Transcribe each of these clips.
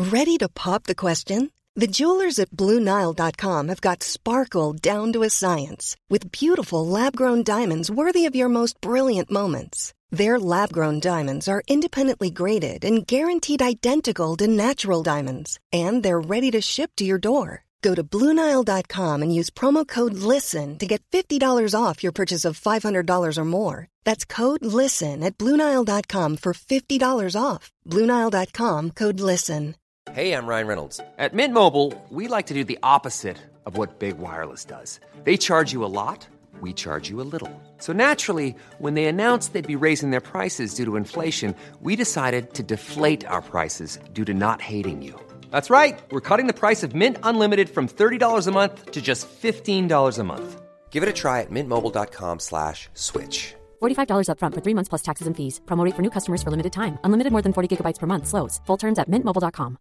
Ready to pop the question? The jewelers at BlueNile.com have got sparkle down to a science with beautiful lab-grown diamonds worthy of your most brilliant moments. Their lab-grown diamonds are independently graded and guaranteed identical to natural diamonds, and they're ready to ship to your door. Go to BlueNile.com and use promo code LISTEN to get $50 off your purchase of $500 or more. That's code LISTEN at BlueNile.com for $50 off. BlueNile.com, code LISTEN. Hey, I'm Ryan Reynolds. At Mint Mobile, we like to do the opposite of what Big Wireless does. They charge you a lot, we charge you a little. So naturally, when they announced they'd be raising their prices due to inflation, we decided to deflate our prices due to not hating you. That's right. We're cutting the price of Mint Unlimited from $30 a month to just $15 a month. Give it a try at mintmobile.com/switch. $45 up front for 3 months plus taxes and fees. Promo rate for new customers for limited time. Unlimited more than 40 gigabytes per month. Slows full terms at mintmobile.com.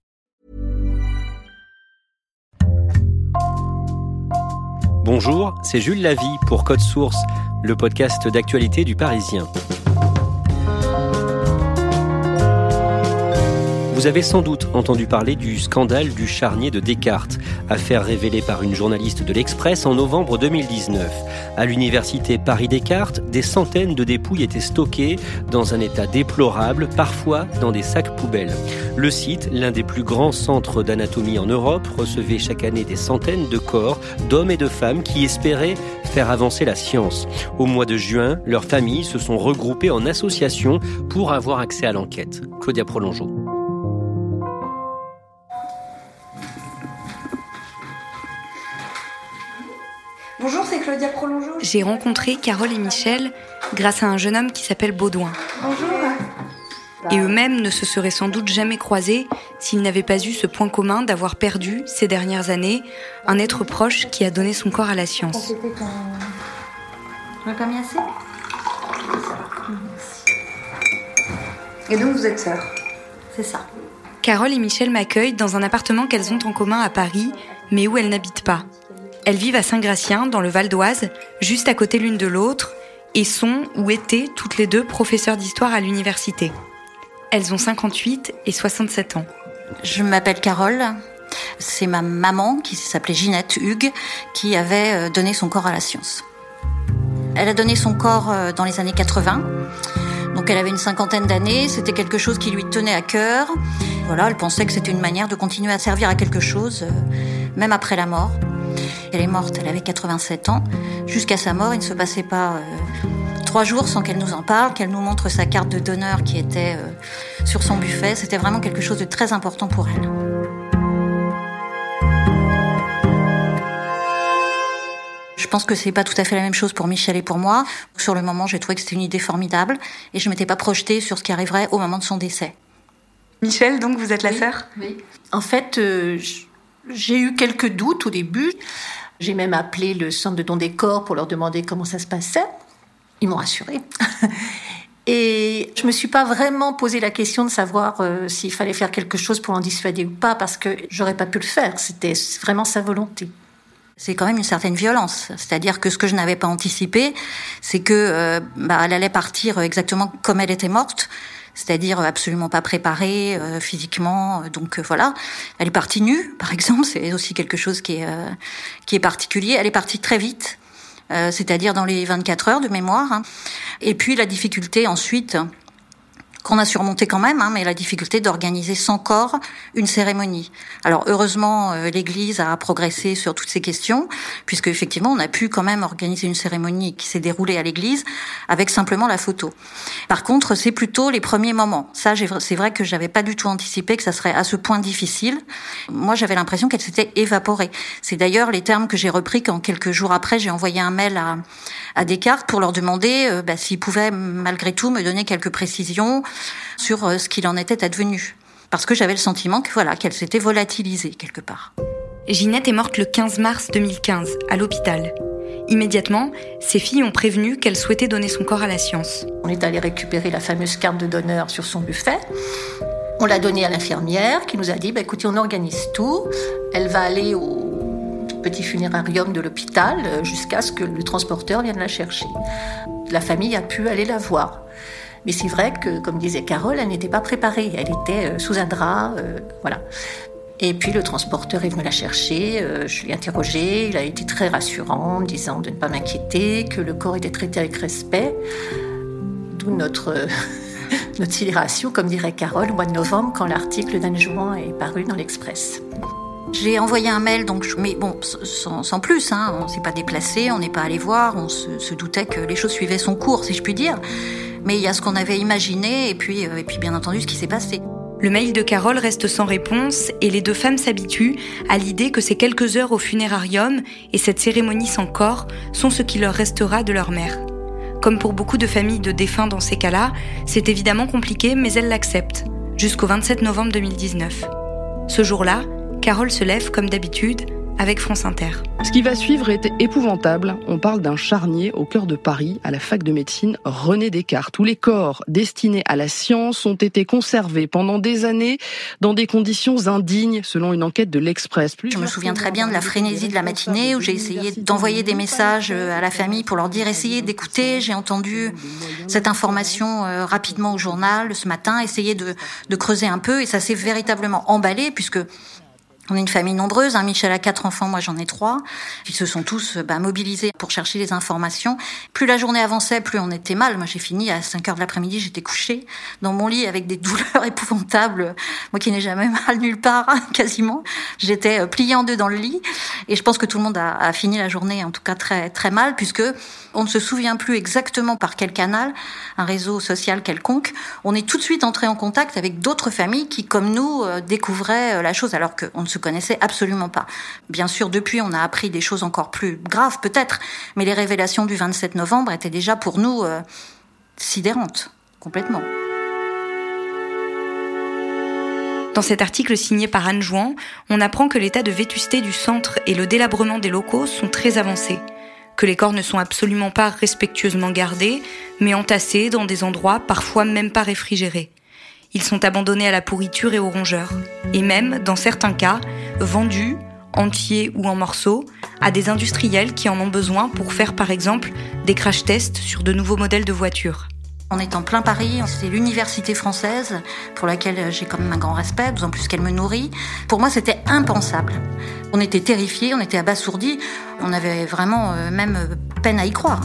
Bonjour, c'est Jules Lavie pour Code Source, le podcast d'actualité du Parisien. Vous avez sans doute entendu parler du scandale du charnier de Descartes, affaire révélée par une journaliste de l'Express en novembre 2019. À l'université Paris-Descartes, des centaines de dépouilles étaient stockées dans un état déplorable, parfois dans des sacs poubelles. Le site, l'un des plus grands centres d'anatomie en Europe, recevait chaque année des centaines de corps d'hommes et de femmes qui espéraient faire avancer la science. Au mois de juin, leurs familles se sont regroupées en association pour avoir accès à l'enquête. Claudia Prolongeau. Bonjour, c'est Claudia Prolongeau. J'ai rencontré Carole et Michel grâce à un jeune homme qui s'appelle Baudouin. Bonjour. Et eux-mêmes ne se seraient sans doute jamais croisés s'ils n'avaient pas eu ce point commun d'avoir perdu, ces dernières années, un être proche qui a donné son corps à la science. C'était ton... Tu m'as pas mis assez ? Merci. Et donc vous êtes sœurs ? C'est ça. Carole et Michel m'accueillent dans un appartement qu'elles ont en commun à Paris, mais où elles n'habitent pas. Elles vivent à Saint-Gratien, dans le Val d'Oise, juste à côté l'une de l'autre, et sont ou étaient toutes les deux professeurs d'histoire à l'université. Elles ont 58 et 67 ans. Je m'appelle Carole. C'est ma maman, qui s'appelait Ginette Hugues, qui avait donné son corps à la science. Elle a donné son corps dans les années 80. Donc elle avait une cinquantaine d'années. C'était quelque chose qui lui tenait à cœur. Voilà, elle pensait que c'était une manière de continuer à servir à quelque chose, même après la mort. Elle est morte, elle avait 87 ans. Jusqu'à sa mort, il ne se passait pas 3 jours sans qu'elle nous en parle, qu'elle nous montre sa carte de donneur qui était sur son buffet. C'était vraiment quelque chose de très important pour elle. Je pense que c'est pas tout à fait la même chose pour Michel et pour moi. Sur le moment, j'ai trouvé que c'était une idée formidable et je m'étais pas projetée sur ce qui arriverait au moment de son décès. Michel, donc, vous êtes la sœur ? Oui. En fait, j'ai eu quelques doutes au début. J'ai même appelé le centre de don des corps pour leur demander comment ça se passait. Ils m'ont rassurée. Et je me suis pas vraiment posé la question de savoir s'il fallait faire quelque chose pour l'en dissuader ou pas, parce que j'aurais pas pu le faire. C'était vraiment sa volonté. C'est quand même une certaine violence. C'est-à-dire que ce que je n'avais pas anticipé, c'est que elle allait partir exactement comme elle était morte. C'est-à-dire absolument pas préparée physiquement. Donc voilà, elle est partie nue, par exemple. C'est aussi quelque chose qui est particulier. Elle est partie très vite, c'est-à-dire dans les 24 heures de mémoire. Et puis la difficulté ensuite, qu'on a surmonté quand même, mais la difficulté d'organiser sans corps une cérémonie. Alors heureusement, l'Église a progressé sur toutes ces questions, puisque effectivement, on a pu quand même organiser une cérémonie qui s'est déroulée à l'Église avec simplement la photo. Par contre, c'est plutôt les premiers moments. Ça, c'est vrai que j'avais pas du tout anticipé que ça serait à ce point difficile. Moi, j'avais l'impression qu'elle s'était évaporée. C'est d'ailleurs les termes que j'ai repris quand quelques jours après, j'ai envoyé un mail à Descartes pour leur demander s'ils pouvaient malgré tout me donner quelques précisions sur ce qu'il en était advenu. Parce que j'avais le sentiment qu'elle s'était volatilisée quelque part. Ginette est morte le 15 mars 2015, à l'hôpital. Immédiatement, ses filles ont prévenu qu'elle souhaitait donner son corps à la science. On est allé récupérer la fameuse carte de donneur sur son buffet. On l'a donnée à l'infirmière qui nous a dit écoutez, on organise tout. Elle va aller au petit funérarium de l'hôpital jusqu'à ce que le transporteur vienne la chercher. La famille a pu aller la voir. Mais c'est vrai que, comme disait Carole, elle n'était pas préparée. Elle était sous un drap, voilà. Et puis le transporteur est venu la chercher, je l'ai interrogé, il a été très rassurant, me disant de ne pas m'inquiéter, que le corps était traité avec respect. D'où notre sidération, comme dirait Carole, au mois de novembre, quand l'article d'Anne Jouan est paru dans l'Express. J'ai envoyé un mail, mais bon, sans plus, hein, on ne s'est pas déplacé, on n'est pas allé voir, on se doutait que les choses suivaient son cours, si je puis dire. Mais il y a ce qu'on avait imaginé et puis bien entendu ce qui s'est passé. Le mail de Carole reste sans réponse et les deux femmes s'habituent à l'idée que ces quelques heures au funérarium et cette cérémonie sans corps sont ce qui leur restera de leur mère. Comme pour beaucoup de familles de défunts dans ces cas-là, c'est évidemment compliqué, mais elles l'acceptent, jusqu'au 27 novembre 2019. Ce jour-là, Carole se lève comme d'habitude avec France Inter. Ce qui va suivre est épouvantable. On parle d'un charnier au cœur de Paris, à la fac de médecine René Descartes, où les corps destinés à la science ont été conservés pendant des années dans des conditions indignes, selon une enquête de l'Express. Je me souviens très bien de la frénésie de la matinée où j'ai essayé d'envoyer des messages à la famille pour leur dire essayez d'écouter. J'ai entendu cette information rapidement au journal ce matin, essayé de creuser un peu et ça s'est véritablement emballé puisque on est une famille nombreuse, hein. Michel a 4 enfants, moi j'en ai 3. Ils se sont tous mobilisés pour chercher les informations. Plus la journée avançait, plus on était mal. Moi j'ai fini à 5h de l'après-midi, j'étais couchée dans mon lit avec des douleurs épouvantables. Moi qui n'ai jamais mal nulle part, hein, quasiment. J'étais pliée en deux dans le lit. Et je pense que tout le monde a fini la journée, en tout cas très, très mal, puisque on ne se souvient plus exactement par quel canal, un réseau social quelconque. On est tout de suite entré en contact avec d'autres familles qui, comme nous, découvraient la chose alors qu'on ne se connaissait absolument pas. Bien sûr, depuis, on a appris des choses encore plus graves, peut-être, mais les révélations du 27 novembre étaient déjà pour nous sidérantes, complètement. Dans cet article signé par Anne Jouan, on apprend que l'état de vétusté du centre et le délabrement des locaux sont très avancés, que les corps ne sont absolument pas respectueusement gardés, mais entassés dans des endroits parfois même pas réfrigérés. Ils sont abandonnés à la pourriture et aux rongeurs, et même, dans certains cas, vendus, entiers ou en morceaux, à des industriels qui en ont besoin pour faire par exemple des crash tests sur de nouveaux modèles de voitures. On est en plein Paris, c'est l'université française, pour laquelle j'ai quand même un grand respect, d'autant plus qu'elle me nourrit. Pour moi, c'était impensable. On était terrifiés, on était abasourdis, on avait vraiment même peine à y croire.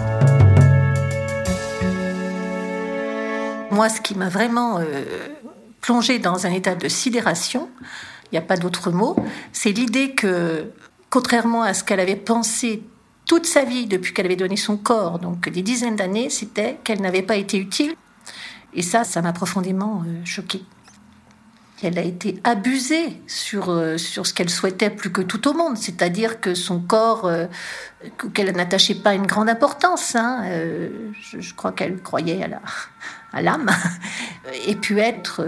Moi, ce qui m'a vraiment plongée dans un état de sidération, il n'y a pas d'autre mot, c'est l'idée que, contrairement à ce qu'elle avait pensé toute sa vie depuis qu'elle avait donné son corps, donc des dizaines d'années, c'était qu'elle n'avait pas été utile. Et ça m'a profondément choquée. Elle a été abusée sur ce qu'elle souhaitait plus que tout au monde, c'est-à-dire que son corps, qu'elle n'attachait pas une grande importance, hein, je crois qu'elle croyait à l'âme, ait pu être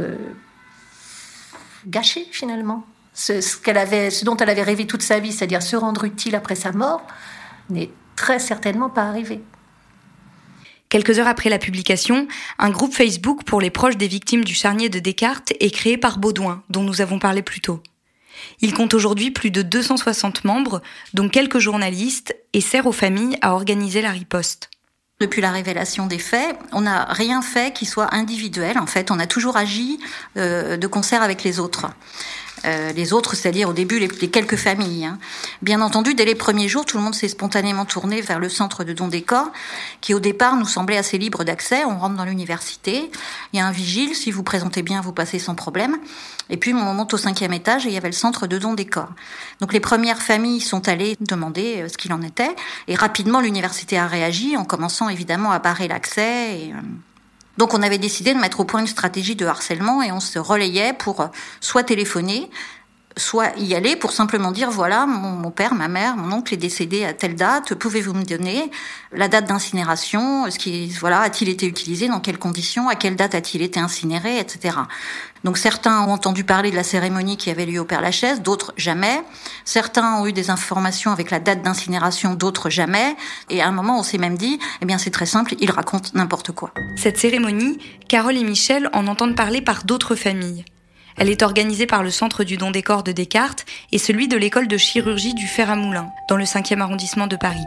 gâchée finalement. Ce dont elle avait rêvé toute sa vie, c'est-à-dire se rendre utile après sa mort, n'est très certainement pas arrivé. Quelques heures après la publication, un groupe Facebook pour les proches des victimes du charnier de Descartes est créé par Baudouin, dont nous avons parlé plus tôt. Il compte aujourd'hui plus de 260 membres, dont quelques journalistes, et sert aux familles à organiser la riposte. Depuis la révélation des faits, on n'a rien fait qui soit individuel. En fait, on a toujours agi de concert avec les autres. Les autres, c'est-à-dire au début les quelques familles. Hein. Bien entendu, dès les premiers jours, tout le monde s'est spontanément tourné vers le centre de don des corps, qui au départ nous semblait assez libre d'accès. On rentre dans l'université, il y a un vigile, si vous présentez bien, vous passez sans problème. Et puis on monte au 5e étage et il y avait le centre de don des corps. Donc les premières familles sont allées demander ce qu'il en était, et rapidement l'université a réagi en commençant évidemment à barrer l'accès. Donc on avait décidé de mettre au point une stratégie de harcèlement et on se relayait pour soit téléphoner, soit y aller pour simplement dire voilà, mon père, ma mère, mon oncle est décédé à telle date, pouvez-vous me donner la date d'incinération, a-t-il été utilisé, dans quelles conditions, à quelle date a-t-il été incinéré, etc. Donc certains ont entendu parler de la cérémonie qui avait lieu au Père-Lachaise, d'autres jamais. Certains ont eu des informations avec la date d'incinération, d'autres jamais. Et à un moment, on s'est même dit, c'est très simple, ils racontent n'importe quoi. Cette cérémonie, Carole et Michel en entendent parler par d'autres familles. Elle est organisée par le Centre du don des corps de Descartes et celui de l'école de chirurgie du Fer à Moulins, dans le 5e arrondissement de Paris.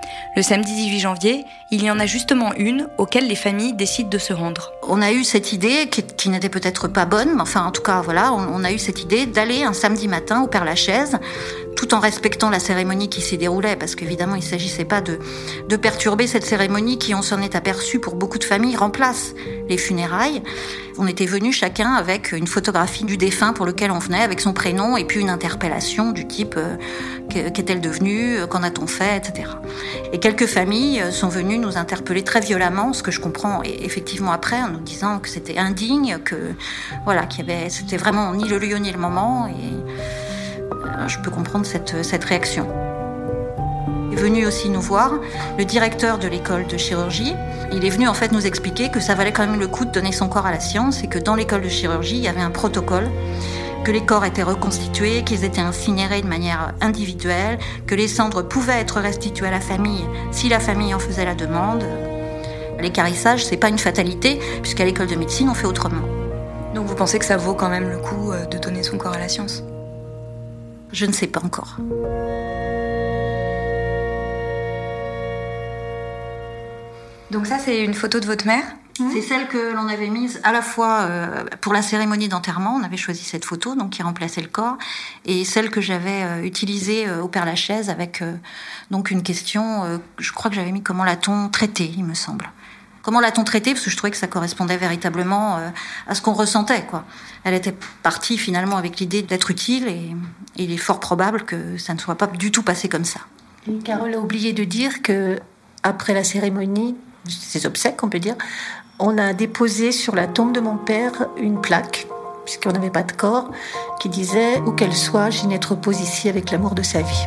Le samedi 18 janvier, il y en a justement une auquel les familles décident de se rendre. On a eu cette idée, qui n'était peut-être pas bonne, mais enfin en tout cas voilà, on a eu cette idée d'aller un samedi matin au Père-Lachaise, tout en respectant la cérémonie qui s'y déroulait, parce qu'évidemment il ne s'agissait pas de perturber cette cérémonie qui, on s'en est aperçu pour beaucoup de familles, remplace les funérailles. On était venus chacun avec une photographie du défunt pour lequel on venait, avec son prénom, et puis une interpellation du type qu'est-elle devenue, qu'en a-t-on fait, etc. Et quelques familles sont venues nous interpeller très violemment, ce que je comprends effectivement après, en nous disant que c'était indigne, que voilà, c'était vraiment ni le lieu ni le moment, et je peux comprendre cette réaction. Il est venu aussi nous voir le directeur de l'école de chirurgie. Il est venu en fait nous expliquer que ça valait quand même le coup de donner son corps à la science et que dans l'école de chirurgie, il y avait un protocole, que les corps étaient reconstitués, qu'ils étaient incinérés de manière individuelle, que les cendres pouvaient être restituées à la famille si la famille en faisait la demande. L'équarrissage, c'est pas une fatalité, puisqu'à l'école de médecine, on fait autrement. Donc vous pensez que ça vaut quand même le coup de donner son corps à la science ? Je ne sais pas encore. Donc ça, c'est une photo de votre mère ? C'est celle que l'on avait mise à la fois pour la cérémonie d'enterrement, on avait choisi cette photo, donc qui remplaçait le corps, et celle que j'avais utilisée au Père-Lachaise avec donc une question, je crois que j'avais mis comment l'a-t-on traitée, il me semble. Comment l'a-t-on traitée ? Parce que je trouvais que ça correspondait véritablement à ce qu'on ressentait, quoi. Elle était partie finalement avec l'idée d'être utile, et il est fort probable que ça ne soit pas du tout passé comme ça. Et Carole a oublié de dire que après la cérémonie, ses obsèques, on peut dire, on a déposé sur la tombe de mon père une plaque, puisqu'on n'avait pas de corps, qui disait « Où qu'elle soit, Ginette repose ici avec l'amour de sa vie ».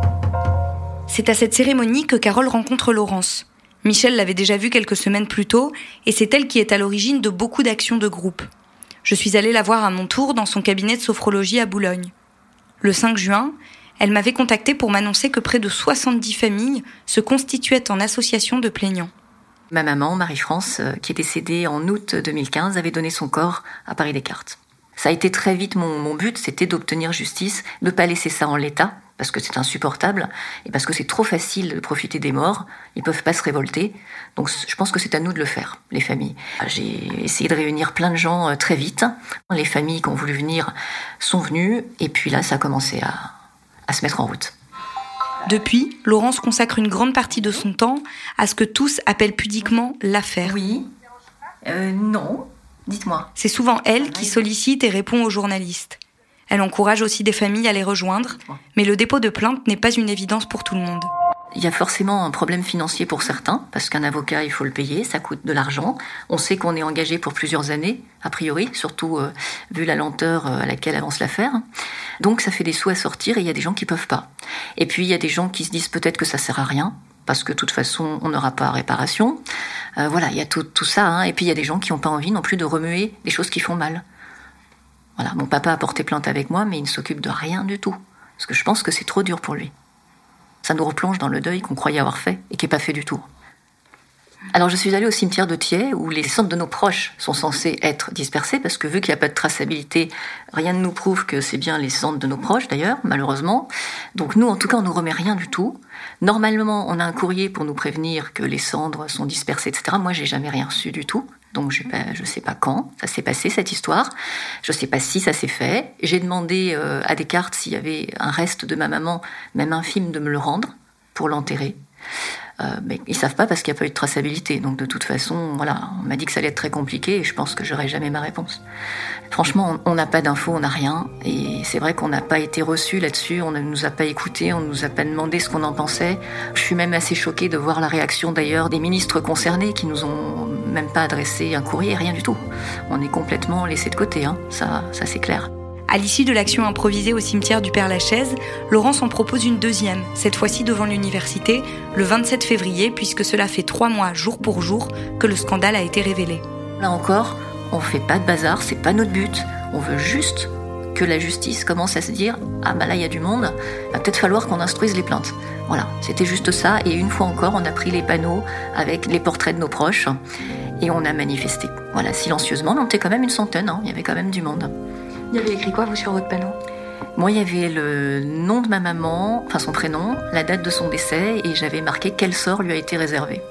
C'est à cette cérémonie que Carole rencontre Laurence. Michel l'avait déjà vue quelques semaines plus tôt, et c'est elle qui est à l'origine de beaucoup d'actions de groupe. Je suis allée la voir à mon tour dans son cabinet de sophrologie à Boulogne. Le 5 juin, elle m'avait contactée pour m'annoncer que près de 70 familles se constituaient en association de plaignants. Ma maman, Marie-France, qui est décédée en août 2015, avait donné son corps à Paris-Descartes. Ça a été très vite mon but, c'était d'obtenir justice, de ne pas laisser ça en l'état, parce que c'est insupportable, et parce que c'est trop facile de profiter des morts, ils ne peuvent pas se révolter. Donc je pense que c'est à nous de le faire, les familles. J'ai essayé de réunir plein de gens très vite. Les familles qui ont voulu venir sont venues, et puis là, ça a commencé à se mettre en route. Depuis, Laurence consacre une grande partie de son temps à ce que tous appellent pudiquement l'affaire. Oui. Non. Dites-moi. C'est souvent elle qui sollicite et répond aux journalistes. Elle encourage aussi des familles à les rejoindre, mais le dépôt de plainte n'est pas une évidence pour tout le monde. Il y a forcément un problème financier pour certains, parce qu'un avocat, il faut le payer, ça coûte de l'argent. On sait qu'on est engagé pour plusieurs années, a priori, surtout vu la lenteur à laquelle avance l'affaire. Donc ça fait des sous à sortir et il y a des gens qui peuvent pas. Et puis il y a des gens qui se disent peut-être que ça sert à rien, parce que de toute façon, on n'aura pas réparation. Voilà, il y a tout ça. Hein. Et puis il y a des gens qui n'ont pas envie non plus de remuer des choses qui font mal. Voilà, mon papa a porté plainte avec moi, mais il ne s'occupe de rien du tout. Parce que je pense que c'est trop dur pour lui. Ça nous replonge dans le deuil qu'on croyait avoir fait et qui n'est pas fait du tout. Alors je suis allée au cimetière de Thiais, où les cendres de nos proches sont censés être dispersés, parce que vu qu'il n'y a pas de traçabilité, rien ne nous prouve que c'est bien les cendres de nos proches d'ailleurs, malheureusement. Donc nous, en tout cas, on ne nous remet rien du tout. Normalement, on a un courrier pour nous prévenir que les cendres sont dispersées, etc. Moi, j'ai jamais rien reçu du tout. Donc je ne sais pas quand ça s'est passé, cette histoire. Je ne sais pas si ça s'est fait. J'ai demandé à Descartes s'il y avait un reste de ma maman, même infime, de me le rendre pour l'enterrer. Mais ils ne savent pas parce qu'il n'y a pas eu de traçabilité. Donc de toute façon, voilà, on m'a dit que ça allait être très compliqué et je pense que j'aurai jamais ma réponse. Franchement, on n'a pas d'infos, on n'a rien. Et c'est vrai qu'on n'a pas été reçus là-dessus, on ne nous a pas écoutés, on ne nous a pas demandé ce qu'on en pensait. Je suis même assez choquée de voir la réaction d'ailleurs des ministres concernés qui nous ont même pas adressé un courrier, rien du tout. On est complètement laissés de côté, hein. Ça c'est clair. À l'issue de l'action improvisée au cimetière du Père-Lachaise, Laurence en propose une deuxième, cette fois-ci devant l'université, le 27 février, puisque cela fait 3 mois, jour pour jour, que le scandale a été révélé. Là encore, on fait pas de bazar, c'est pas notre but. On veut juste que la justice commence à se dire « Ah bah là, il y a du monde, il va peut-être falloir qu'on instruise les plaintes ». Voilà, c'était juste ça. Et une fois encore, on a pris les panneaux avec les portraits de nos proches et on a manifesté. Voilà, silencieusement, on était quand même une centaine, hein, il y avait quand même du monde. Il y avait écrit quoi, vous, sur votre panneau ? Moi, il y avait le nom de ma maman, enfin son prénom, la date de son décès, et j'avais marqué quel sort lui a été réservé.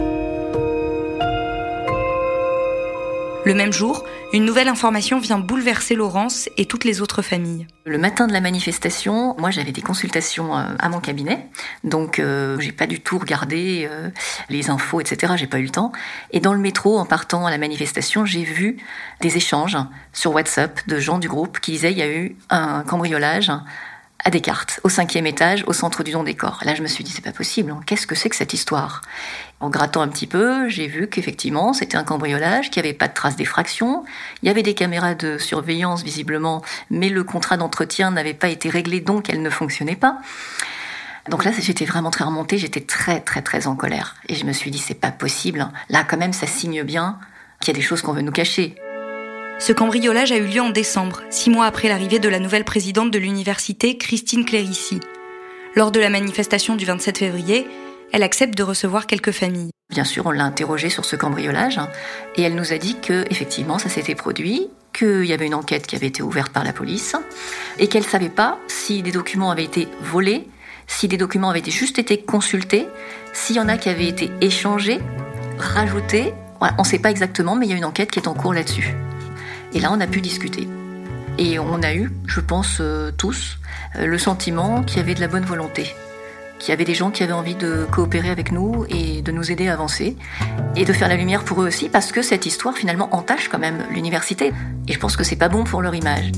Le même jour, une nouvelle information vient bouleverser Laurence et toutes les autres familles. Le matin de la manifestation, moi j'avais des consultations à mon cabinet, donc j'ai pas du tout regardé les infos, etc. J'ai pas eu le temps. Et dans le métro, en partant à la manifestation, j'ai vu des échanges sur WhatsApp de gens du groupe qui disaient il y a eu un cambriolage à Descartes, au 5e étage, au centre du don des corps. Là, je me suis dit, c'est pas possible, qu'est-ce que c'est que cette histoire ? En grattant un petit peu, j'ai vu qu'effectivement, c'était un cambriolage, qu'il n'y avait pas de traces d'effraction, il y avait des caméras de surveillance, visiblement, mais le contrat d'entretien n'avait pas été réglé, donc elle ne fonctionnait pas. Donc là, j'étais vraiment très remontée, j'étais très, très, très en colère. Et je me suis dit, c'est pas possible. Là, quand même, ça signe bien qu'il y a des choses qu'on veut nous cacher. Ce cambriolage a eu lieu en décembre, 6 mois après l'arrivée de la nouvelle présidente de l'université, Christine Clérici. Lors de la manifestation du 27 février, elle accepte de recevoir quelques familles. Bien sûr, on l'a interrogée sur ce cambriolage et elle nous a dit que effectivement, ça s'était produit, qu'il y avait une enquête qui avait été ouverte par la police et qu'elle ne savait pas si des documents avaient été volés, si des documents avaient juste été consultés, s'il y en a qui avaient été échangés, rajoutés. Voilà, on ne sait pas exactement, mais il y a une enquête qui est en cours là-dessus. Et là, on a pu discuter. Et on a eu, je pense tous, le sentiment qu'il y avait de la bonne volonté, qu'il y avait des gens qui avaient envie de coopérer avec nous et de nous aider à avancer, et de faire la lumière pour eux aussi, parce que cette histoire, finalement, entache quand même l'université. Et je pense que c'est pas bon pour leur image.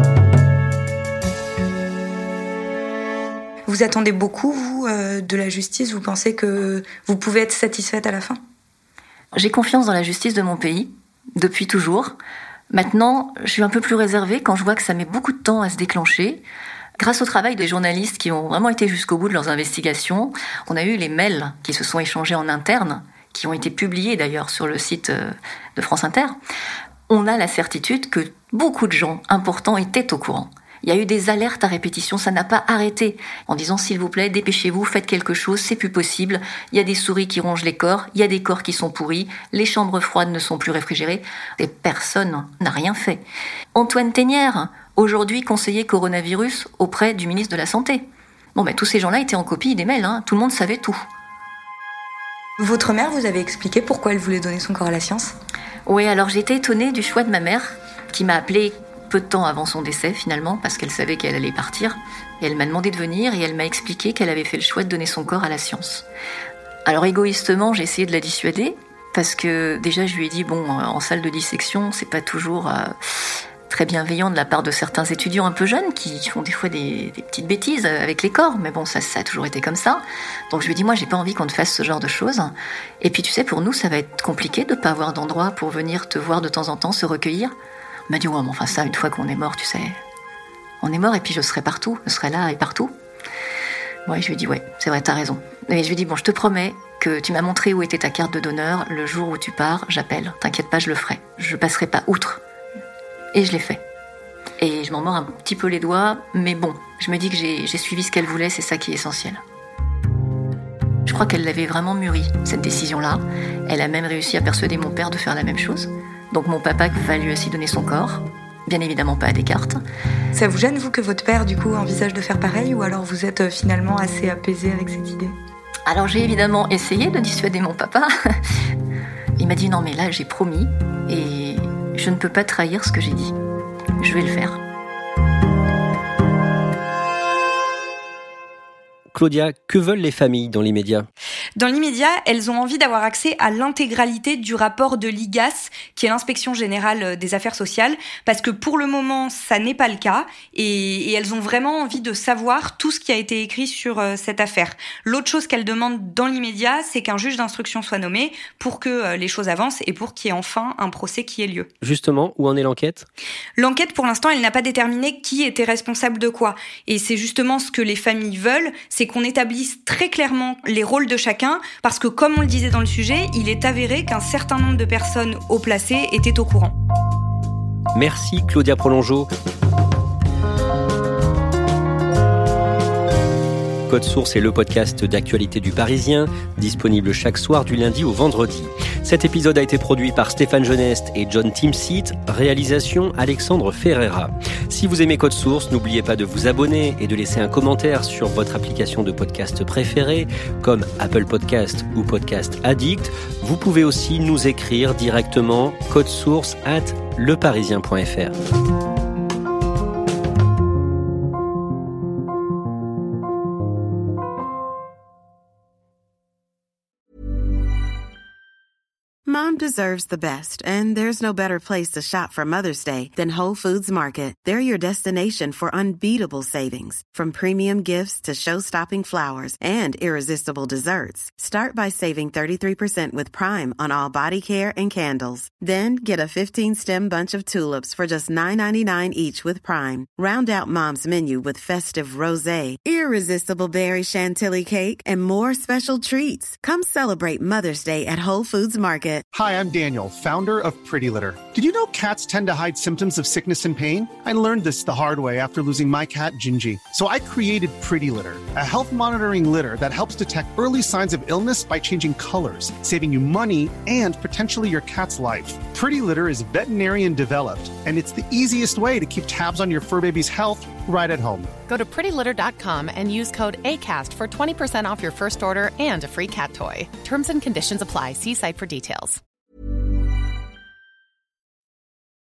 Vous attendez beaucoup, vous, de la justice ? Vous pensez que vous pouvez être satisfaite à la fin ? J'ai confiance dans la justice de mon pays, depuis toujours. Maintenant, je suis un peu plus réservée quand je vois que ça met beaucoup de temps à se déclencher. Grâce au travail des journalistes qui ont vraiment été jusqu'au bout de leurs investigations, on a eu les mails qui se sont échangés en interne, qui ont été publiés d'ailleurs sur le site de France Inter. On a la certitude que beaucoup de gens importants étaient au courant. Il y a eu des alertes à répétition, ça n'a pas arrêté, en disant s'il vous plaît, dépêchez-vous, faites quelque chose, c'est plus possible. Il y a des souris qui rongent les corps, il y a des corps qui sont pourris, les chambres froides ne sont plus réfrigérées, et personne n'a rien fait. Antoine Ténière, aujourd'hui conseiller coronavirus auprès du ministre de la Santé. Tous ces gens-là étaient en copie des mails, tout le monde savait tout. Votre mère vous avait expliqué pourquoi elle voulait donner son corps à la science ? Oui, alors j'ai été étonnée du choix de ma mère, qui m'a appelée peu de temps avant son décès, finalement, parce qu'elle savait qu'elle allait partir. Et elle m'a demandé de venir et elle m'a expliqué qu'elle avait fait le choix de donner son corps à la science. Alors égoïstement, j'ai essayé de la dissuader, parce que déjà je lui ai dit, en salle de dissection, c'est pas toujours très bienveillant de la part de certains étudiants un peu jeunes qui font des fois des petites bêtises avec les corps, mais ça a toujours été comme ça. Donc je lui ai dit, moi j'ai pas envie qu'on te fasse ce genre de choses. Et puis tu sais, pour nous, ça va être compliqué de pas avoir d'endroit pour venir te voir de temps en temps, se recueillir. Il m'a dit, ça, une fois qu'on est mort, tu sais, on est mort et puis je serai partout, je serai là et partout. Ouais, je lui ai dit, ouais, c'est vrai, t'as raison. Et je lui ai dit, je te promets que tu m'as montré où était ta carte de donneur, le jour où tu pars, j'appelle, t'inquiète pas, je le ferai. Je passerai pas outre. Et je l'ai fait. Et je m'en mords un petit peu les doigts, mais je me dis que j'ai suivi ce qu'elle voulait, c'est ça qui est essentiel. Je crois qu'elle l'avait vraiment mûri, cette décision-là. Elle a même réussi à persuader mon père de faire la même chose. Donc mon papa va lui aussi donner son corps, bien évidemment pas à Descartes. Ça vous gêne, vous, que votre père, du coup, envisage de faire pareil, ou alors vous êtes finalement assez apaisé avec cette idée ? Alors j'ai évidemment essayé de dissuader mon papa. Il m'a dit, non mais là j'ai promis, et je ne peux pas trahir ce que j'ai dit. Je vais le faire. Claudia, que veulent les familles dans l'immédiat ? Dans l'immédiat, elles ont envie d'avoir accès à l'intégralité du rapport de l'IGAS, qui est l'Inspection Générale des Affaires Sociales, parce que pour le moment, ça n'est pas le cas, et elles ont vraiment envie de savoir tout ce qui a été écrit sur cette affaire. L'autre chose qu'elles demandent dans l'immédiat, c'est qu'un juge d'instruction soit nommé pour que les choses avancent et pour qu'il y ait enfin un procès qui ait lieu. Justement, où en est l'enquête ? L'enquête, pour l'instant, elle n'a pas déterminé qui était responsable de quoi. Et c'est justement ce que les familles veulent, c'est qu'on établisse très clairement les rôles de chacun, parce que comme on le disait dans le sujet, il est avéré qu'un certain nombre de personnes haut placées étaient au courant. Merci Claudia Prolongeau. Code Source est le podcast d'actualité du Parisien, disponible chaque soir du lundi au vendredi. Cet épisode a été produit par Stéphane Geneste et John Timsit, réalisation Alexandre Ferreira. Si vous aimez Code Source, n'oubliez pas de vous abonner et de laisser un commentaire sur votre application de podcast préférée, comme Apple Podcast ou Podcast Addict. Vous pouvez aussi nous écrire directement codesource@leparisien.fr. Mom deserves the best, and there's no better place to shop for Mother's Day than Whole Foods Market. They're your destination for unbeatable savings, from premium gifts to show-stopping flowers and irresistible desserts. Start by saving 33% with Prime on all body care and candles. Then get a 15-stem bunch of tulips for just $9.99 each with Prime. Round out Mom's menu with festive rosé, irresistible berry chantilly cake, and more special treats. Come celebrate Mother's Day at Whole Foods Market. Hi, I'm Daniel, founder of Pretty Litter. Did you know cats tend to hide symptoms of sickness and pain? I learned this the hard way after losing my cat, Gingy. So I created Pretty Litter, a health monitoring litter that helps detect early signs of illness by changing colors, saving you money and potentially your cat's life. Pretty Litter is veterinarian developed, and it's the easiest way to keep tabs on your fur baby's health right at home. Go to prettylitter.com and use code ACAST for 20% off your first order and a free cat toy. Terms and conditions apply. See site for details.